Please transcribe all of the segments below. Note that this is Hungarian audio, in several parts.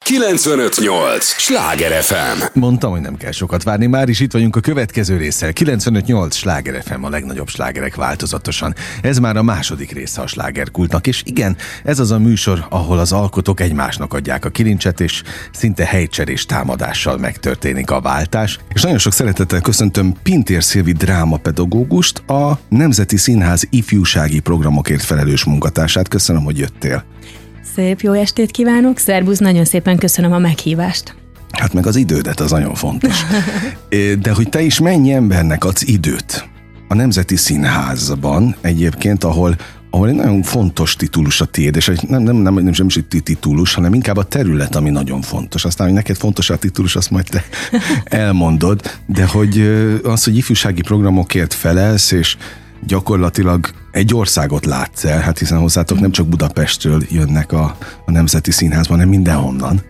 95.8 Sláger FM. Mondtam, hogy nem kell sokat várni, már is itt vagyunk a következő résszel. 95.8 Sláger FM, a legnagyobb slágerek változatosan. Ez már a második része a slágerkultnak, és igen, ez az a műsor, ahol az alkotók egymásnak adják a kilincset, és szinte helycserés támadással megtörténik a váltás. És nagyon sok szeretettel köszöntöm Pintér Szilvi drámapedagógust, a Nemzeti Színház ifjúsági programokért felelős munkatársát. Köszönöm, hogy jöttél. Szép jó estét kívánok, szervusz, nagyon szépen köszönöm a meghívást. Hát meg az idődet, az nagyon fontos. De hogy te is mennyi embernek adsz időt a Nemzeti Színházban egyébként, ahol egy nagyon fontos titulus a tiéd, és nem is egy titulus, hanem inkább a terület, ami nagyon fontos. Aztán, hogy neked fontos a titulus, azt majd te elmondod, de hogy az, hogy ifjúsági programokért felelsz, és gyakorlatilag egy országot látsz el, hát hiszen hozzátok nem csak Budapestről jönnek a Nemzeti Színházban, hanem mindenhonnan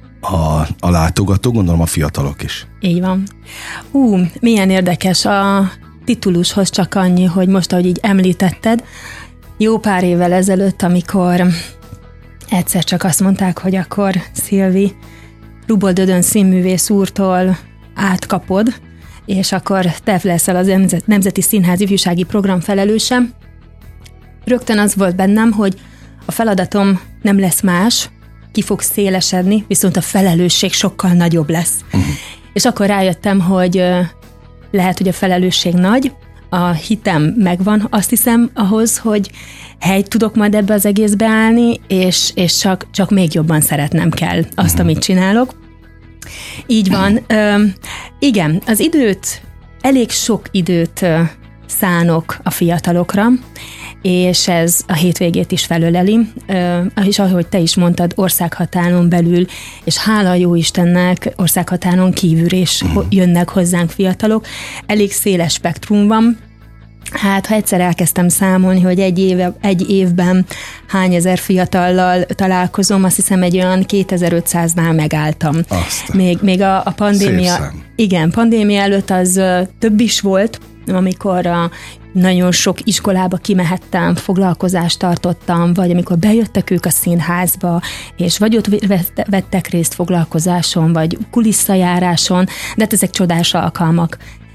a látogatók, gondolom a fiatalok is. Így van. Milyen érdekes a titulushoz csak annyi, hogy most, ahogy így említetted, jó pár évvel ezelőtt, amikor egyszer csak azt mondták, hogy akkor Szilvi Lubold Ödön színművész úrtól átkapod, és akkor te leszel az Nemzeti Színház ifjúsági program felelőse. Rögtön az volt bennem, hogy a feladatom nem lesz más, ki fog szélesedni, viszont a felelősség sokkal nagyobb lesz. És akkor rájöttem, hogy lehet, hogy a felelősség nagy, a hitem megvan, azt hiszem ahhoz, hogy helyt tudok majd ebbe az egészbe állni, és csak még jobban szeretnem kell azt, amit csinálok. Így van. Igen, az időt, elég sok időt szánok a fiatalokra, és ez a hétvégét is felöleli, és ahogy te is mondtad, országhatáron belül, és hála jó Istennek országhatáron kívül is jönnek hozzánk fiatalok. Elég széles spektrum van. Hát, ha egyszer elkezdtem számolni, hogy egy évben hány ezer fiatallal találkozom, azt hiszem egy olyan 2500-nál megálltam. Még a pandémia, igen, pandémia előtt az több is volt, amikor nagyon sok iskolába kimehettem, foglalkozást tartottam, vagy amikor bejöttek ők a színházba, és vagy ott vettek részt foglalkozáson, vagy kuliszajáráson, de hát ezek csodás alkalmak.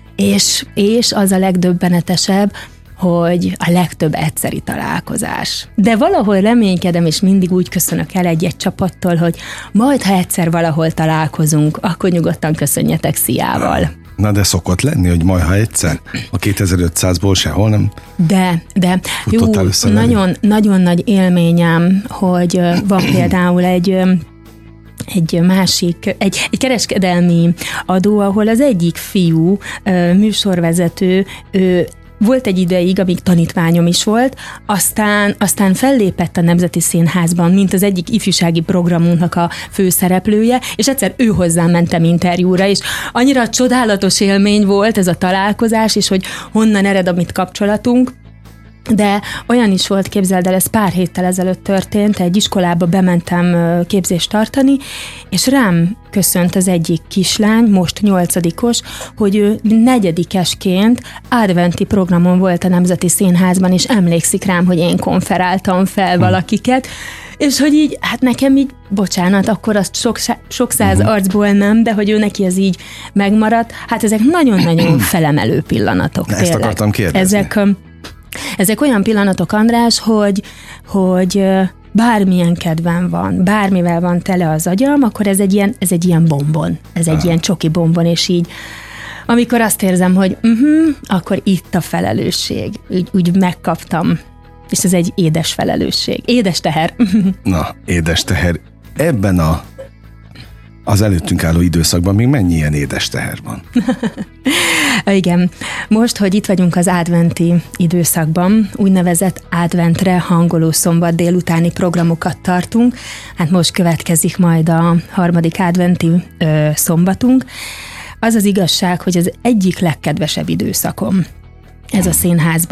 És az a legdöbbenetesebb, hogy a legtöbb egyszeri találkozás. De valahol reménykedem, és mindig úgy köszönök el egy csapattól, hogy majd, ha egyszer valahol találkozunk, akkor nyugodtan köszönjetek szíjával. Na de szokott lenni, hogy majd, ha egyszer a 2500-ból sehol nem? De. Jó, nagyon nagy élményem, hogy van például egy kereskedelmi adó, ahol az egyik fiú, műsorvezető, volt egy ideig, amíg tanítványom is volt, aztán fellépett a Nemzeti Színházban, mint az egyik ifjúsági programunknak a főszereplője, és egyszer ő hozzám mentem interjúra, és annyira csodálatos élmény volt ez a találkozás, és hogy honnan ered a mi kapcsolatunk. De olyan is volt, képzeld el, ez pár héttel ezelőtt történt, egy iskolába bementem képzést tartani, és rám köszönt az egyik kislány, most 8-os, hogy ő 4-esként adventi programon volt a Nemzeti Színházban, és emlékszik rám, hogy én konferáltam fel valakiket, és hogy így, hát nekem így, bocsánat, akkor azt sok száz arcból nem, de hogy ő neki ez így megmaradt, hát ezek nagyon-nagyon felemelő pillanatok. Ezt tényleg akartam kérdezni. Ezek olyan pillanatok, András, hogy bármilyen kedvem van, bármivel van tele az agyam, akkor ez egy ilyen bombon, egy ilyen csoki bombon, és így amikor azt érzem, hogy akkor itt a felelősség, úgy megkaptam, és ez egy édes felelősség, édes teher. Na, édes teher. Ebben az előttünk álló időszakban még mennyi ilyen édes teher van? Igen. Most, hogy itt vagyunk az adventi időszakban, úgynevezett adventre hangoló szombat délutáni programokat tartunk. Hát most következik majd a harmadik adventi szombatunk. Az az igazság, hogy az egyik legkedvesebb időszakom ez a színházban,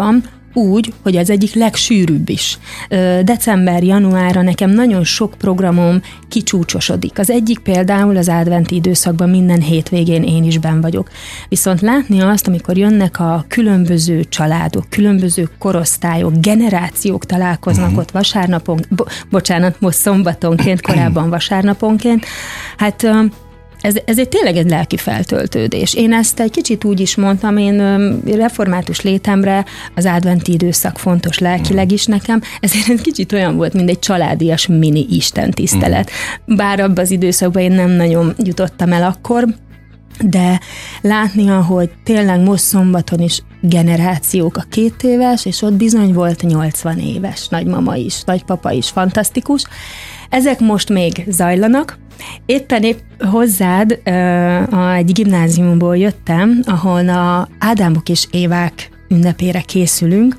úgy, hogy az egyik legsűrűbb is. December-januárra nekem nagyon sok programom kicsúcsosodik. Az egyik például az adventi időszakban minden hétvégén én is benn vagyok. Viszont látni azt, amikor jönnek a különböző családok, különböző korosztályok, generációk találkoznak ott vasárnapon, most szombatonként, korábban vasárnaponként, hát ez egy tényleg egy lelki feltöltődés. Én ezt egy kicsit úgy is mondtam, én református létemre az adventi időszak fontos lelkileg is nekem, ezért egy kicsit olyan volt, mint egy családias mini istentisztelet. Bár abban az időszakban én nem nagyon jutottam el akkor, de látni, ahogy tényleg most szombaton is generációk, a 2 éves, és ott bizony volt 80 éves nagymama is, nagypapa is, fantasztikus. Ezek most még zajlanak. Épp hozzád egy gimnáziumból jöttem, ahol a Ádámok és Évák ünnepére készülünk.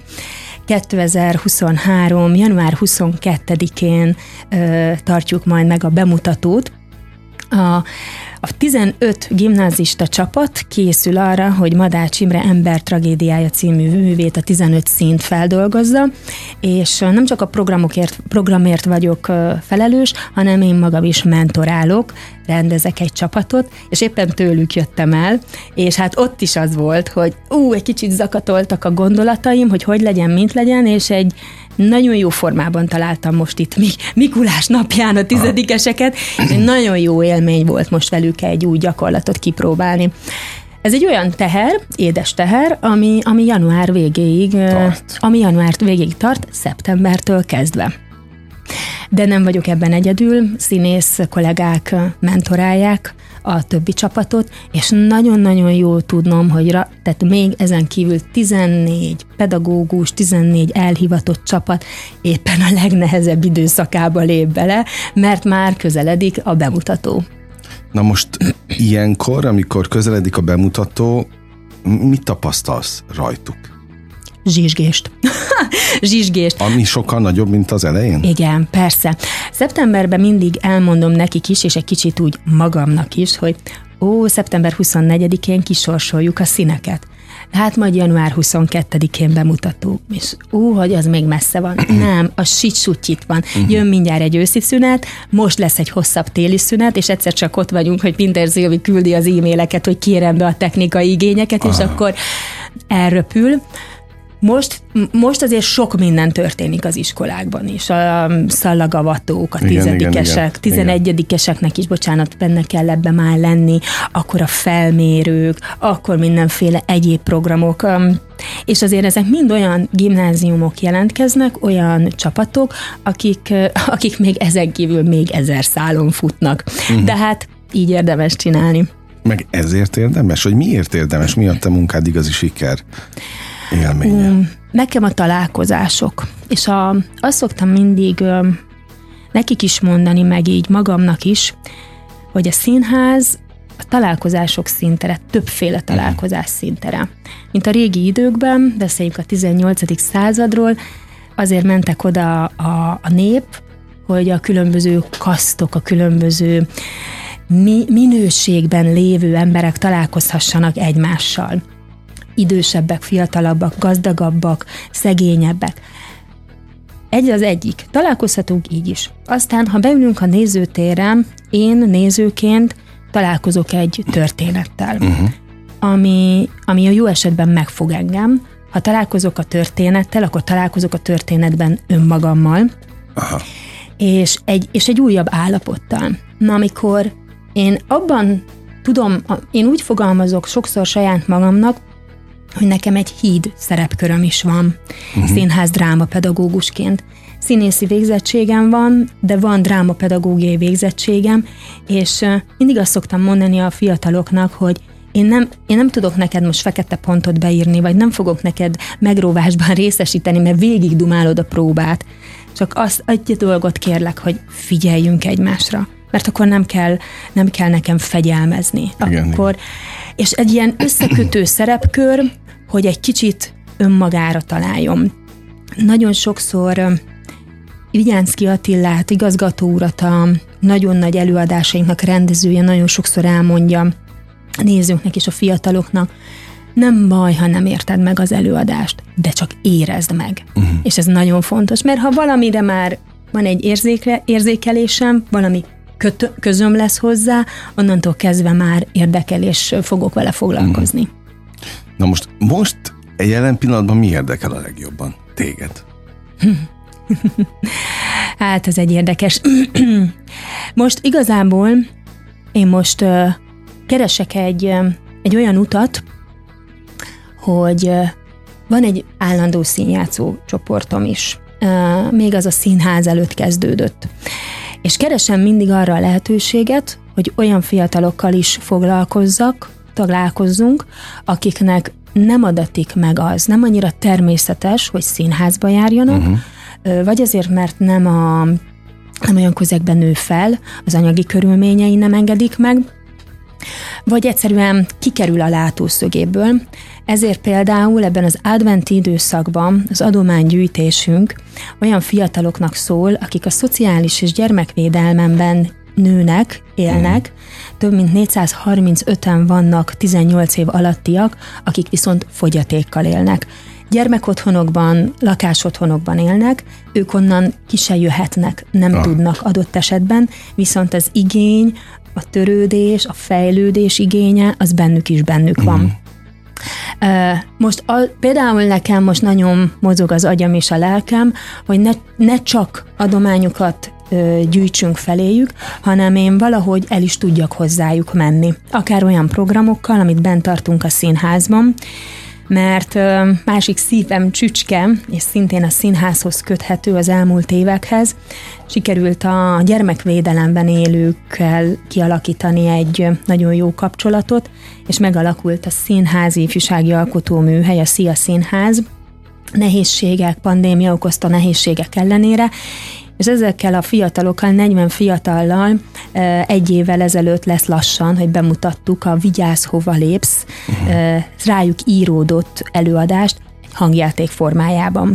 2023. január 22-én tartjuk majd meg a bemutatót. A 15 gimnázista csapat készül arra, hogy Madács Imre Ember tragédiája című művét, a 15 színt feldolgozza, és nem csak a programért vagyok felelős, hanem én magam is mentorálok, rendezek egy csapatot, és éppen tőlük jöttem el, és hát ott is az volt, hogy egy kicsit zakatoltak a gondolataim, hogy legyen, mint legyen, és egy nagyon jó formában találtam most itt Mikulás napján a 10-eseket, és egy nagyon jó élmény volt most velük egy új gyakorlatot kipróbálni. Ez egy olyan teher, édes teher, ami január végéig tart, szeptembertől kezdve. De nem vagyok ebben egyedül, színész kollégák mentorálják a többi csapatot, és nagyon-nagyon jó tudnom, hogy tehát még ezen kívül 14 pedagógus, 14 elhivatott csapat éppen a legnehezebb időszakába lép bele, mert már közeledik a bemutató. Na most ilyenkor, amikor közeledik a bemutató, mit tapasztalsz rajtuk? Zsizsgést. Zsizsgést. Ami sokkal nagyobb, mint az elején? Igen, persze. Szeptemberben mindig elmondom nekik is, és egy kicsit úgy magamnak is, hogy szeptember 24-én kisorsoljuk a színeket. Hát majd január 22-én bemutató. És hogy az még messze van. Nem, a sit-sutyit van. Jön mindjárt egy őszi szünet, most lesz egy hosszabb téli szünet, és egyszer csak ott vagyunk, hogy Pinter Szilvi küldi az e-maileket, hogy kérem be a technikai igényeket, és akkor elröpül. Most azért sok minden történik az iskolákban is. A szallagavatók, a 10-esek, 11-eseknek is, benne kell ebbe már lenni, akkor a felmérők, akkor mindenféle egyéb programok. És azért ezek mind olyan gimnáziumok jelentkeznek, olyan csapatok, akik még ezen kívül még 1000 szálon futnak. De hát így érdemes csinálni. Meg ezért érdemes? Vagy miért érdemes? Mi a te munkád igazi siker élménye? Nekem a találkozások. És azt szoktam mindig nekik is mondani, meg így magamnak is, hogy a színház a találkozások színtere, többféle találkozás színtere. Mint a régi időkben, beszéljük a 18. századról, azért mentek oda a nép, hogy a különböző kasztok, a különböző minőségben lévő emberek találkozhassanak egymással. Idősebbek, fiatalabbak, gazdagabbak, szegényebbek. Az egyik. Találkozhatunk így is. Aztán, ha beülünk a nézőtérre, én nézőként találkozok egy történettel, ami a jó esetben megfog engem. Ha találkozok a történettel, akkor találkozok a történetben önmagammal, és egy újabb állapottal. Na, amikor én abban tudom, én úgy fogalmazok sokszor saját magamnak, hogy nekem egy híd szerepköröm is van, színház drámapedagógusként. Színészi végzettségem van, de van drámapedagógiai végzettségem, és mindig azt szoktam mondani a fiataloknak, hogy én nem tudok neked most fekete pontot beírni, vagy nem fogok neked megróvásban részesíteni, mert végig dumálod a próbát. Csak egy dolgot kérlek, hogy figyeljünk egymásra, mert akkor nem kell nekem fegyelmezni. Akkor, és egy ilyen összekötő szerepkör, hogy egy kicsit önmagára találjon. Nagyon sokszor Vigyánszky Attillát, igazgató urat, a nagyon nagy előadásainknak rendezője nagyon sokszor elmondja a nézőknek és a fiataloknak, nem baj, ha nem érted meg az előadást, de csak érezd meg. És ez nagyon fontos, mert ha valamire már van egy érzékelésem, valami közöm lesz hozzá, onnantól kezdve már érdekel, és fogok vele foglalkozni. Na most jelen pillanatban mi érdekel a legjobban téged? Hát ez egy érdekes. Most igazából én most keresek egy olyan utat, hogy van egy állandó színjátszó csoportom is. Még az a színház előtt kezdődött. És keresem mindig arra a lehetőséget, hogy olyan fiatalokkal is találkozzunk, akiknek nem adatik meg az, nem annyira természetes, hogy színházba járjanak, vagy azért, mert nem olyan közegben nő fel, az anyagi körülményei nem engedik meg, vagy egyszerűen kikerül a látószögéből. Ezért például ebben az adventi időszakban az adománygyűjtésünk olyan fiataloknak szól, akik a szociális és gyermekvédelmemben nőnek, élnek, több mint 435-en vannak 18 év alattiak, akik viszont fogyatékkal élnek. Gyermekotthonokban, lakásotthonokban élnek, ők onnan ki se jöhetnek, nem tudnak adott esetben, viszont az igény, a törődés, a fejlődés igénye, az bennük van. Most például nekem most nagyon mozog az agyam és a lelkem, hogy ne csak adományokat gyűjtsünk feléjük, hanem én valahogy el is tudjak hozzájuk menni. Akár olyan programokkal, amit bent tartunk a színházban, mert másik szívem csücske, és szintén a színházhoz köthető az elmúlt évekhez, sikerült a gyermekvédelemben élőkkel kialakítani egy nagyon jó kapcsolatot, és megalakult a Színházi Ifjúsági Alkotóműhely, a SZIA Színház, nehézségek, pandémia okozta nehézségek ellenére, és ezekkel a fiatalokkal, 40 fiatallal egy évvel ezelőtt lesz lassan, hogy bemutattuk a Vigyázz, hova lépsz, rájuk íródott előadást hangjáték formájában.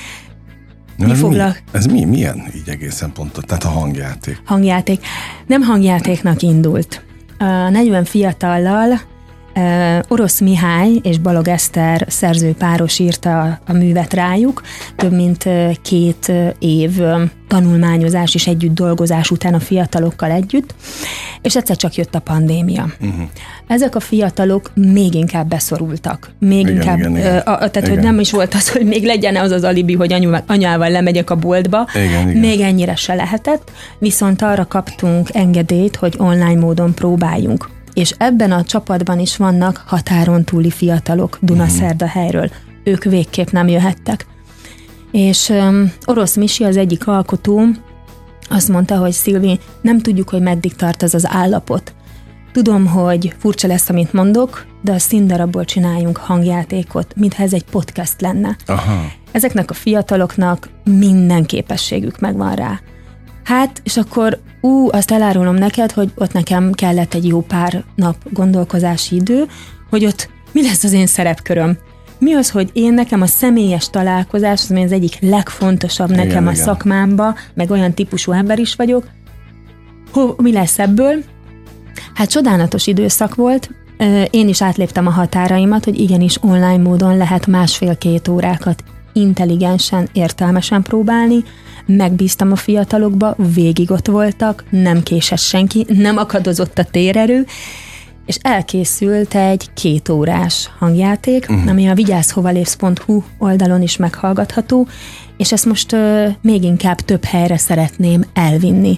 Ez milyen így egészen pontos? Tehát a hangjáték? Hangjáték. Nem hangjátéknak indult. 40 fiatallal Orosz Mihály és Balog Eszter szerzőpáros írta a művet rájuk, több mint 2 év tanulmányozás és együtt dolgozás után a fiatalokkal együtt, és egyszer csak jött a pandémia. Ezek a fiatalok még inkább beszorultak. Tehát, hogy nem is volt az, hogy még legyen az alibi, hogy anyával lemegyek a boltba. Igen. Még ennyire se lehetett, viszont arra kaptunk engedélyt, hogy online módon próbáljunk. És ebben a csapatban is vannak határon túli fiatalok Dunaszerdahelyről. Ők végképp nem jöhettek. És Orosz Misi, az egyik alkotó, azt mondta, hogy Szilvi, nem tudjuk, hogy meddig tart ez az állapot. Tudom, hogy furcsa lesz, amit mondok, de a színdarabból csináljunk hangjátékot, mintha ez egy podcast lenne. Aha. Ezeknek a fiataloknak minden képességük megvan rá. Hát, és akkor azt elárulom neked, hogy ott nekem kellett egy jó pár nap gondolkozási idő, hogy ott mi lesz az én szerepköröm. Mi az, hogy nekem a személyes találkozás, az az egyik legfontosabb nekem a szakmámba, meg olyan típusú ember is vagyok. Mi lesz ebből? Hát csodálatos időszak volt. Én is átléptem a határaimat, hogy igenis online módon lehet 1,5-2 órákat intelligensen, értelmesen próbálni. Megbíztam a fiatalokba, végig ott voltak, nem késett senki, nem akadozott a térerő, és elkészült egy 2 órás hangjáték, ami a vigyázzhovalépsz.hu oldalon is meghallgatható, és ezt most még inkább több helyre szeretném elvinni.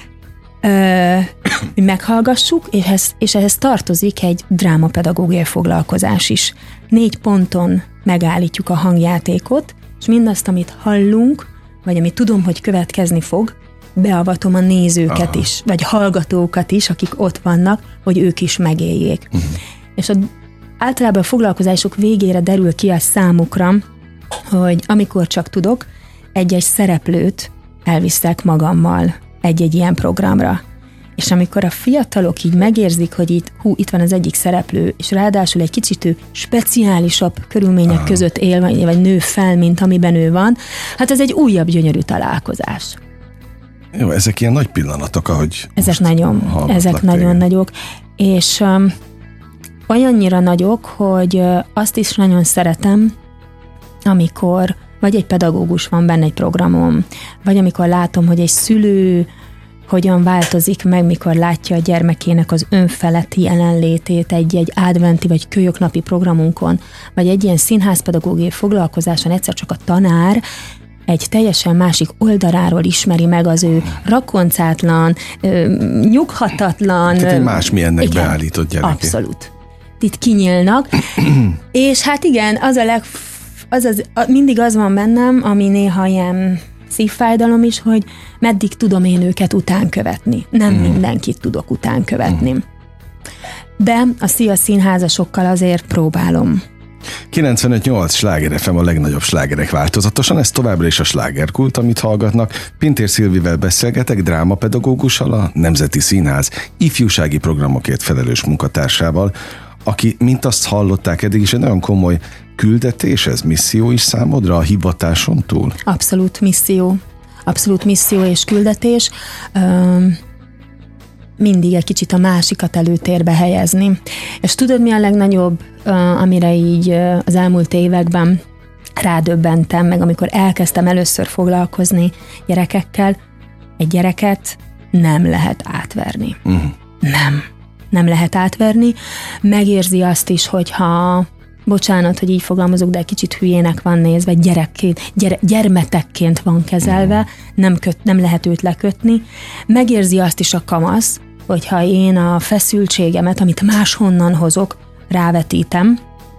Meghallgassuk, és ehhez tartozik egy drámapedagógiai foglalkozás is. 4 ponton megállítjuk a hangjátékot, és mindazt, amit hallunk, vagy amit tudom, hogy következni fog, beavatom a nézőket is, vagy hallgatókat is, akik ott vannak, hogy ők is megéljék. És általában a foglalkozások végére derül ki a számukra, hogy amikor csak tudok, egy-egy szereplőt elviszek magammal egy-egy ilyen programra. És amikor a fiatalok így megérzik, hogy itt van az egyik szereplő, és ráadásul egy kicsit ő speciálisabb körülmények között él, vagy nő fel, mint amiben ő van, hát ez egy újabb gyönyörű találkozás. Jó, ezek ilyen nagy pillanatok, ahogy ezek nagyon nagyok. És olyannyira nagyok, hogy azt is nagyon szeretem, amikor vagy egy pedagógus van benne egy programom, vagy amikor látom, hogy egy szülő hogyan változik meg, mikor látja a gyermekének az önfeletti jelenlétét egy adventi vagy kölyöknapi programunkon, vagy egy ilyen színházpedagógiai foglalkozáson egyszer csak a tanár egy teljesen másik oldaláról ismeri meg az ő rakoncátlan, nyughatatlan... Tehát egy másmilyennek beállított gyereké. Abszolút. Itt kinyílnak, és hát igen, mindig az van bennem, ami néha ilyen szívfájdalom is, hogy meddig tudom én őket utánkövetni. Nem mindenkit tudok utánkövetni. De a Szia Színházasokkal azért próbálom. 95.8 Sláger FM a legnagyobb slágerek változatosan, ez továbbra is a slágerkult, amit hallgatnak. Pintér Szilvivel beszélgetek, drámapedagógussal, a Nemzeti Színház ifjúsági programokért felelős munkatársával, aki, mint azt hallották eddig is, egy nagyon komoly küldetés, ez misszió is számodra a hivatáson túl? Abszolút misszió. Abszolút misszió és küldetés. Mindig egy kicsit a másikat előtérbe helyezni. És tudod, mi a legnagyobb, amire így az elmúlt években rádöbbentem, meg amikor elkezdtem először foglalkozni gyerekekkel, egy gyereket nem lehet átverni. Nem lehet átverni. Megérzi azt is, hogyha bocsánat, hogy így fogalmazok, de egy kicsit hülyének van nézve, gyermetekként van kezelve, nem lehet őt lekötni. Megérzi azt is a kamasz, hogyha én a feszültségemet, amit máshonnan hozok, rávetítem.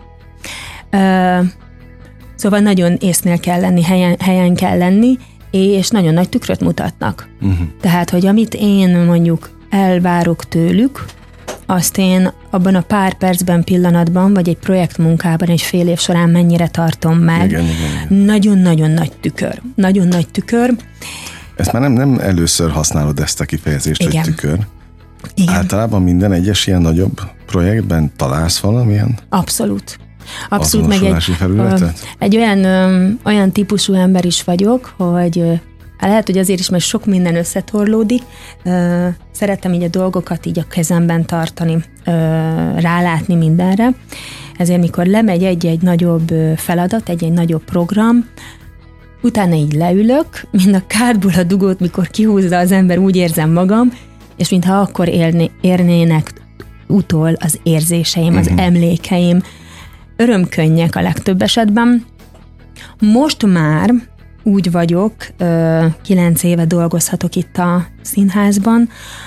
Szóval nagyon észnél kell lenni, helyen kell lenni, és nagyon nagy tükröt mutatnak. Tehát, hogy amit én mondjuk elvárok tőlük, azt én abban a pár percben, pillanatban, vagy egy projektmunkában, egy fél év során mennyire tartom meg. Igen. Nagyon-nagyon nagy tükör. Nagyon nagy tükör. Ezt már nem először használod ezt a kifejezést, igen. hogy tükör. Igen. Általában minden egyes ilyen nagyobb projektben találsz valamilyen? Abszolút, meg egy olyan típusú ember is vagyok, hogy lehet, hogy azért is, mert sok minden összetorlódik, szeretem így a dolgokat így a kezemben tartani, rálátni mindenre, ezért mikor lemegy egy-egy nagyobb feladat, egy-egy nagyobb program, utána így leülök, mint a kádból a dugót, mikor kihúzza az ember, úgy érzem magam, és mintha akkor érnének utol az érzéseim, az emlékeim, örömkönnyek a legtöbb esetben. Most már úgy vagyok, 9 éve dolgozhatok itt a színházban,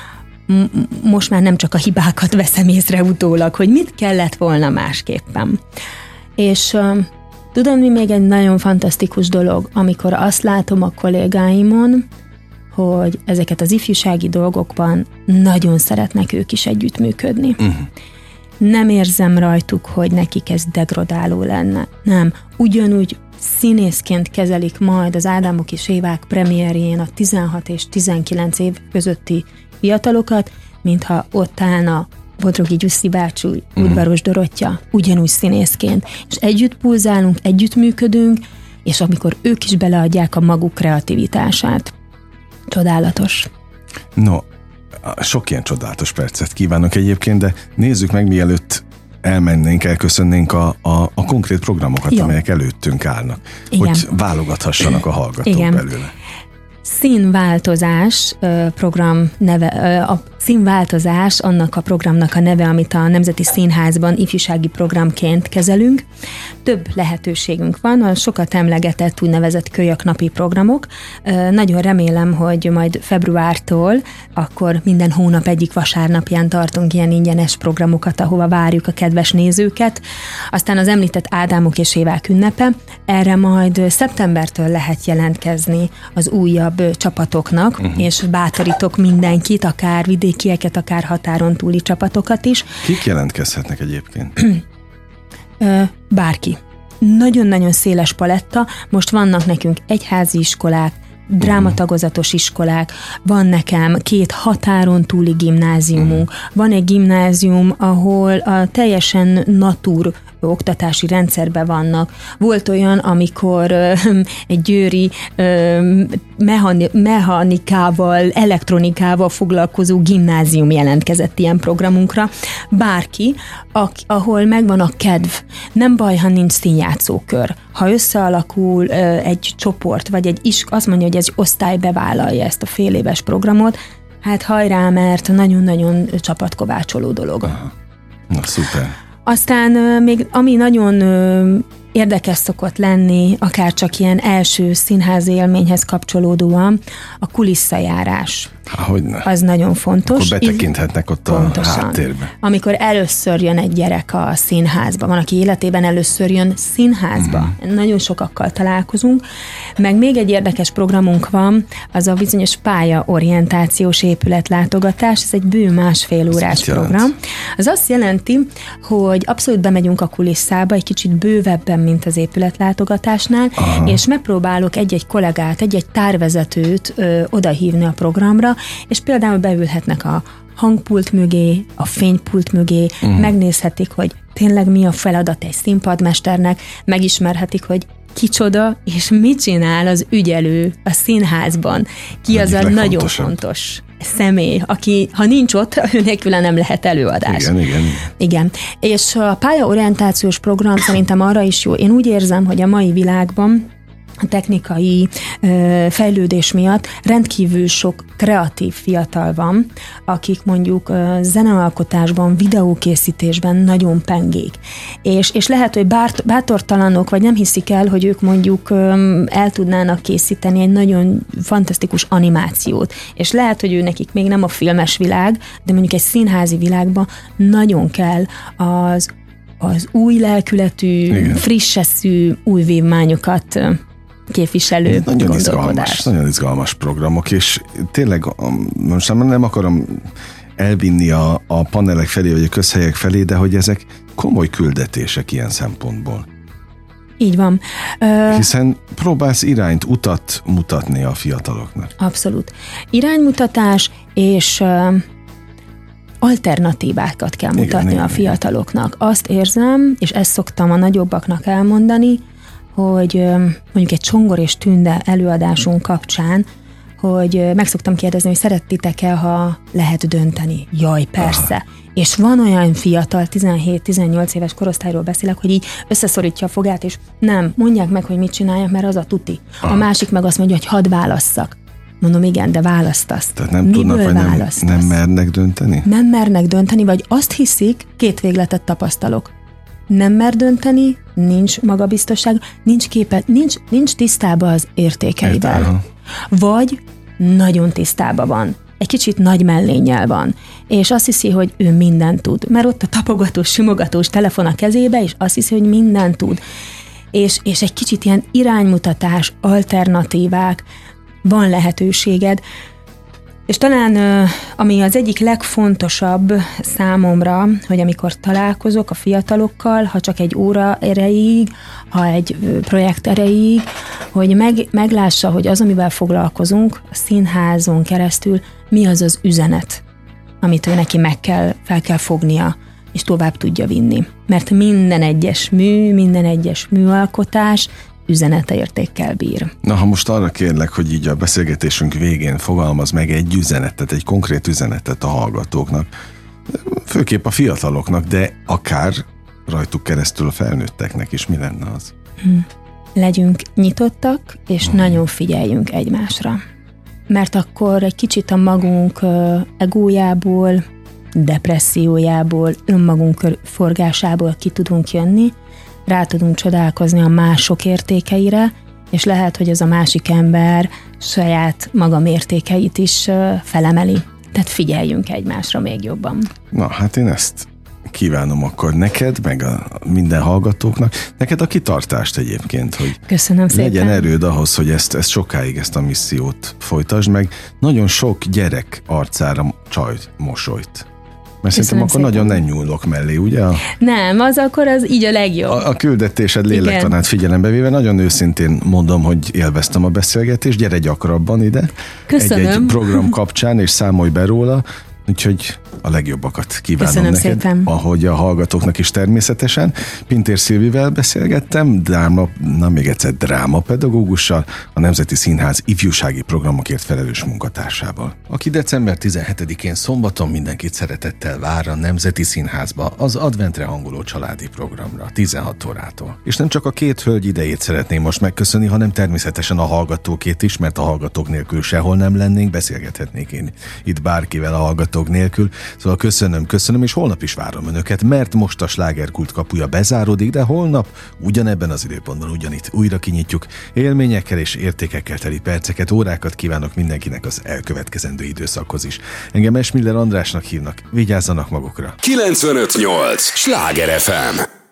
most már nem csak a hibákat veszem észre utólag, hogy mit kellett volna másképpen. És tudom, mi még egy nagyon fantasztikus dolog, amikor azt látom a kollégáimon, hogy ezeket az ifjúsági dolgokban nagyon szeretnek ők is együttműködni. Nem érzem rajtuk, hogy nekik ez degradáló lenne. Nem. Ugyanúgy színészként kezelik majd az Ádámok és Évák premierjén a 16 és 19 év közötti fiatalokat, mintha ott állna Bodrogi Gyuszi bácsi, Udvaros Dorottya, ugyanúgy színészként. És együtt pulzálunk, együtt működünk, és amikor ők is beleadják a maguk kreativitását. Csodálatos. No, sok ilyen csodálatos percet kívánok egyébként, de nézzük meg, mielőtt elköszönnénk a konkrét programokat, jó, amelyek előttünk állnak. Igen. Hogy válogathassanak a hallgatók belőle. Színváltozás program neve, a Színváltozás annak a programnak a neve, amit a Nemzeti Színházban ifjúsági programként kezelünk. Több lehetőségünk van, a sokat emlegetett úgynevezett kölyöknapi programok. Nagyon remélem, hogy majd februártól akkor minden hónap egyik vasárnapján tartunk ilyen ingyenes programokat, ahova várjuk a kedves nézőket. Aztán az említett Ádámok és Évák ünnepe, erre majd szeptembertől lehet jelentkezni az újabb csapatoknak, és bátorítok mindenkit, akár vidékieket, akár határon túli csapatokat is. Kik jelentkezhetnek egyébként? Bárki. Nagyon-nagyon széles paletta. Most vannak nekünk egyházi iskolák, drámatagozatos iskolák, van nekem 2 határon túli gimnáziumunk, van egy gimnázium, ahol a teljesen natur oktatási rendszerben vannak. Volt olyan, amikor egy győri mechanikával, elektronikával foglalkozó gimnázium jelentkezett ilyen programunkra. Bárki, ahol megvan a kedv. Nem baj, ha nincs színjátszókör. Ha összealakul egy csoport, vagy azt mondja, hogy egy osztály bevállalja ezt a fél éves programot, hát hajrá, mert nagyon-nagyon csapatkovácsoló dolog. Aha. Na, szuper. Aztán még ami nagyon érdekes szokott lenni, akár csak ilyen első színházi élményhez kapcsolódóan, a kulisszajárás. Hogyne. Az nagyon fontos. Akkor betekinthetnek ott pontosan. A háttérbe. Amikor először jön egy gyerek a színházba, van, aki életében először jön színházba. Nagyon sokakkal találkozunk. Meg még egy érdekes programunk van, az a bizonyos pályaorientációs épületlátogatás, ez egy bő 1,5 órás program. Az azt jelenti, hogy abszolút bemegyünk a kulisszába, egy kicsit bővebben, mint az épületlátogatásnál, és megpróbálok egy-egy kollégát, egy-egy tárvezetőt odahívni a programra, és például beülhetnek a hangpult mögé, a fénypult mögé, megnézhetik, hogy tényleg mi a feladat egy színpadmesternek, megismerhetik, hogy kicsoda, és mit csinál az ügyelő a színházban. Ki az a nagyon fontos személy, aki, ha nincs ott, ő nélküle nem lehet előadás. Igen. És a pályaorientációs program szerintem arra is jó. Én úgy érzem, hogy a mai világban a technikai fejlődés miatt rendkívül sok kreatív fiatal van, akik mondjuk zenealkotásban, videókészítésben nagyon pengék. És lehet, hogy bátortalanok, vagy nem hiszik el, hogy ők mondjuk el tudnának készíteni egy nagyon fantasztikus animációt. És lehet, hogy ő nekik még nem a filmes világ, de mondjuk egy színházi világban nagyon kell az új lelkületű, friss eszű, új vívmányokat képviselő nagyon izgalmas programok, és tényleg most nem akarom elvinni a panelek felé, vagy a közhelyek felé, de hogy ezek komoly küldetések ilyen szempontból. Így van. Hiszen próbálsz irányt, utat mutatni a fiataloknak. Abszolút. Iránymutatás és alternatívákat kell mutatni a fiataloknak. Azt érzem, és ezt szoktam a nagyobbaknak elmondani, hogy mondjuk egy Csongor és Tünde előadásunk kapcsán, hogy meg szoktam kérdezni, hogy szerettitek-e, ha lehet dönteni? Jaj, persze. Aha. És van olyan fiatal, 17-18 éves korosztályról beszélek, hogy így összeszorítja a fogát, és nem, mondják meg, hogy mit csináljak, mert az a tuti. Aha. A másik meg azt mondja, hogy hadd válasszak. Mondom, igen, de választasz. Tehát nem tudnak, vagy nem mernek dönteni? Nem mernek dönteni, vagy azt hiszik, két végletet tapasztalok. Nem mer dönteni, nincs magabiztosság, nincs tisztában az értékeivel. Vagy nagyon tisztában van. Egy kicsit nagy mellénnyel van. És azt hiszi, hogy ő mindent tud. Mert ott a tapogatós, simogatós telefon a kezébe, és azt hiszi, hogy mindent tud. És egy kicsit ilyen iránymutatás, alternatívák, van lehetőséged. És talán ami az egyik legfontosabb számomra, hogy amikor találkozok a fiatalokkal, ha csak egy óra erejéig, ha egy projekt erejéig, hogy meglássa, hogy az, amivel foglalkozunk, a színházon keresztül, mi az az üzenet, amit ő neki fel kell fognia, és tovább tudja vinni. Mert minden egyes műalkotás üzeneteértékkel bír. Na, ha most arra kérlek, hogy így a beszélgetésünk végén fogalmaz meg egy üzenetet, egy konkrét üzenetet a hallgatóknak, főképp a fiataloknak, de akár rajtuk keresztül a felnőtteknek is, mi lenne az? Legyünk nyitottak, és nagyon figyeljünk egymásra. Mert akkor egy kicsit a magunk egójából, depressziójából, önmagunk forgásából ki tudunk jönni, rá tudunk csodálkozni a mások értékeire, és lehet, hogy ez a másik ember saját magam értékeit is felemeli. Tehát figyeljünk egymásra még jobban. Na, hát én ezt kívánom akkor neked, meg a minden hallgatóknak. Neked a kitartást egyébként, hogy köszönöm szépen. Legyen erőd ahhoz, hogy ezt sokáig, ezt a missziót folytasd meg. Nagyon sok gyerek arcára csajt, mosolyt. Mert szerintem akkor nagyon nem nyúlok mellé, ugye? Nem, akkor az így a legjobb. A küldetésed lélektanát figyelembe véve, nagyon őszintén mondom, hogy élveztem a beszélgetést, gyere gyakrabban ide. Köszönöm. Egy program kapcsán, és számolj be róla. Úgyhogy a legjobbakat kívánom Köszönöm neked, szépen. ahogy a hallgatóknak is természetesen. Pintér Szilvivel beszélgettem, drámapedagógussal, a Nemzeti Színház ifjúsági programokért felelős munkatársával. Aki december 17-én szombaton mindenkit szeretettel vár a Nemzeti Színházba az adventre hangoló családi programra 16 órától. És nem csak a két hölgy idejét szeretném most megköszönni, hanem természetesen a hallgatókét is, mert a hallgatók nélkül sehol nem lennénk, beszélgethetnék én itt bárkivel a hallgatók nélkül. Szóval köszönöm, és holnap is várom önöket, mert most a Slágerkult kapuja bezáródik, de holnap ugyanebben az időpontban ugyanitt újra kinyitjuk. Élményekkel és értékekkel teli perceket, órákat kívánok mindenkinek az elkövetkezendő időszakhoz is. Engem Esmiller Andrásnak hívnak, vigyázzanak magukra. 95.8 Sláger FM.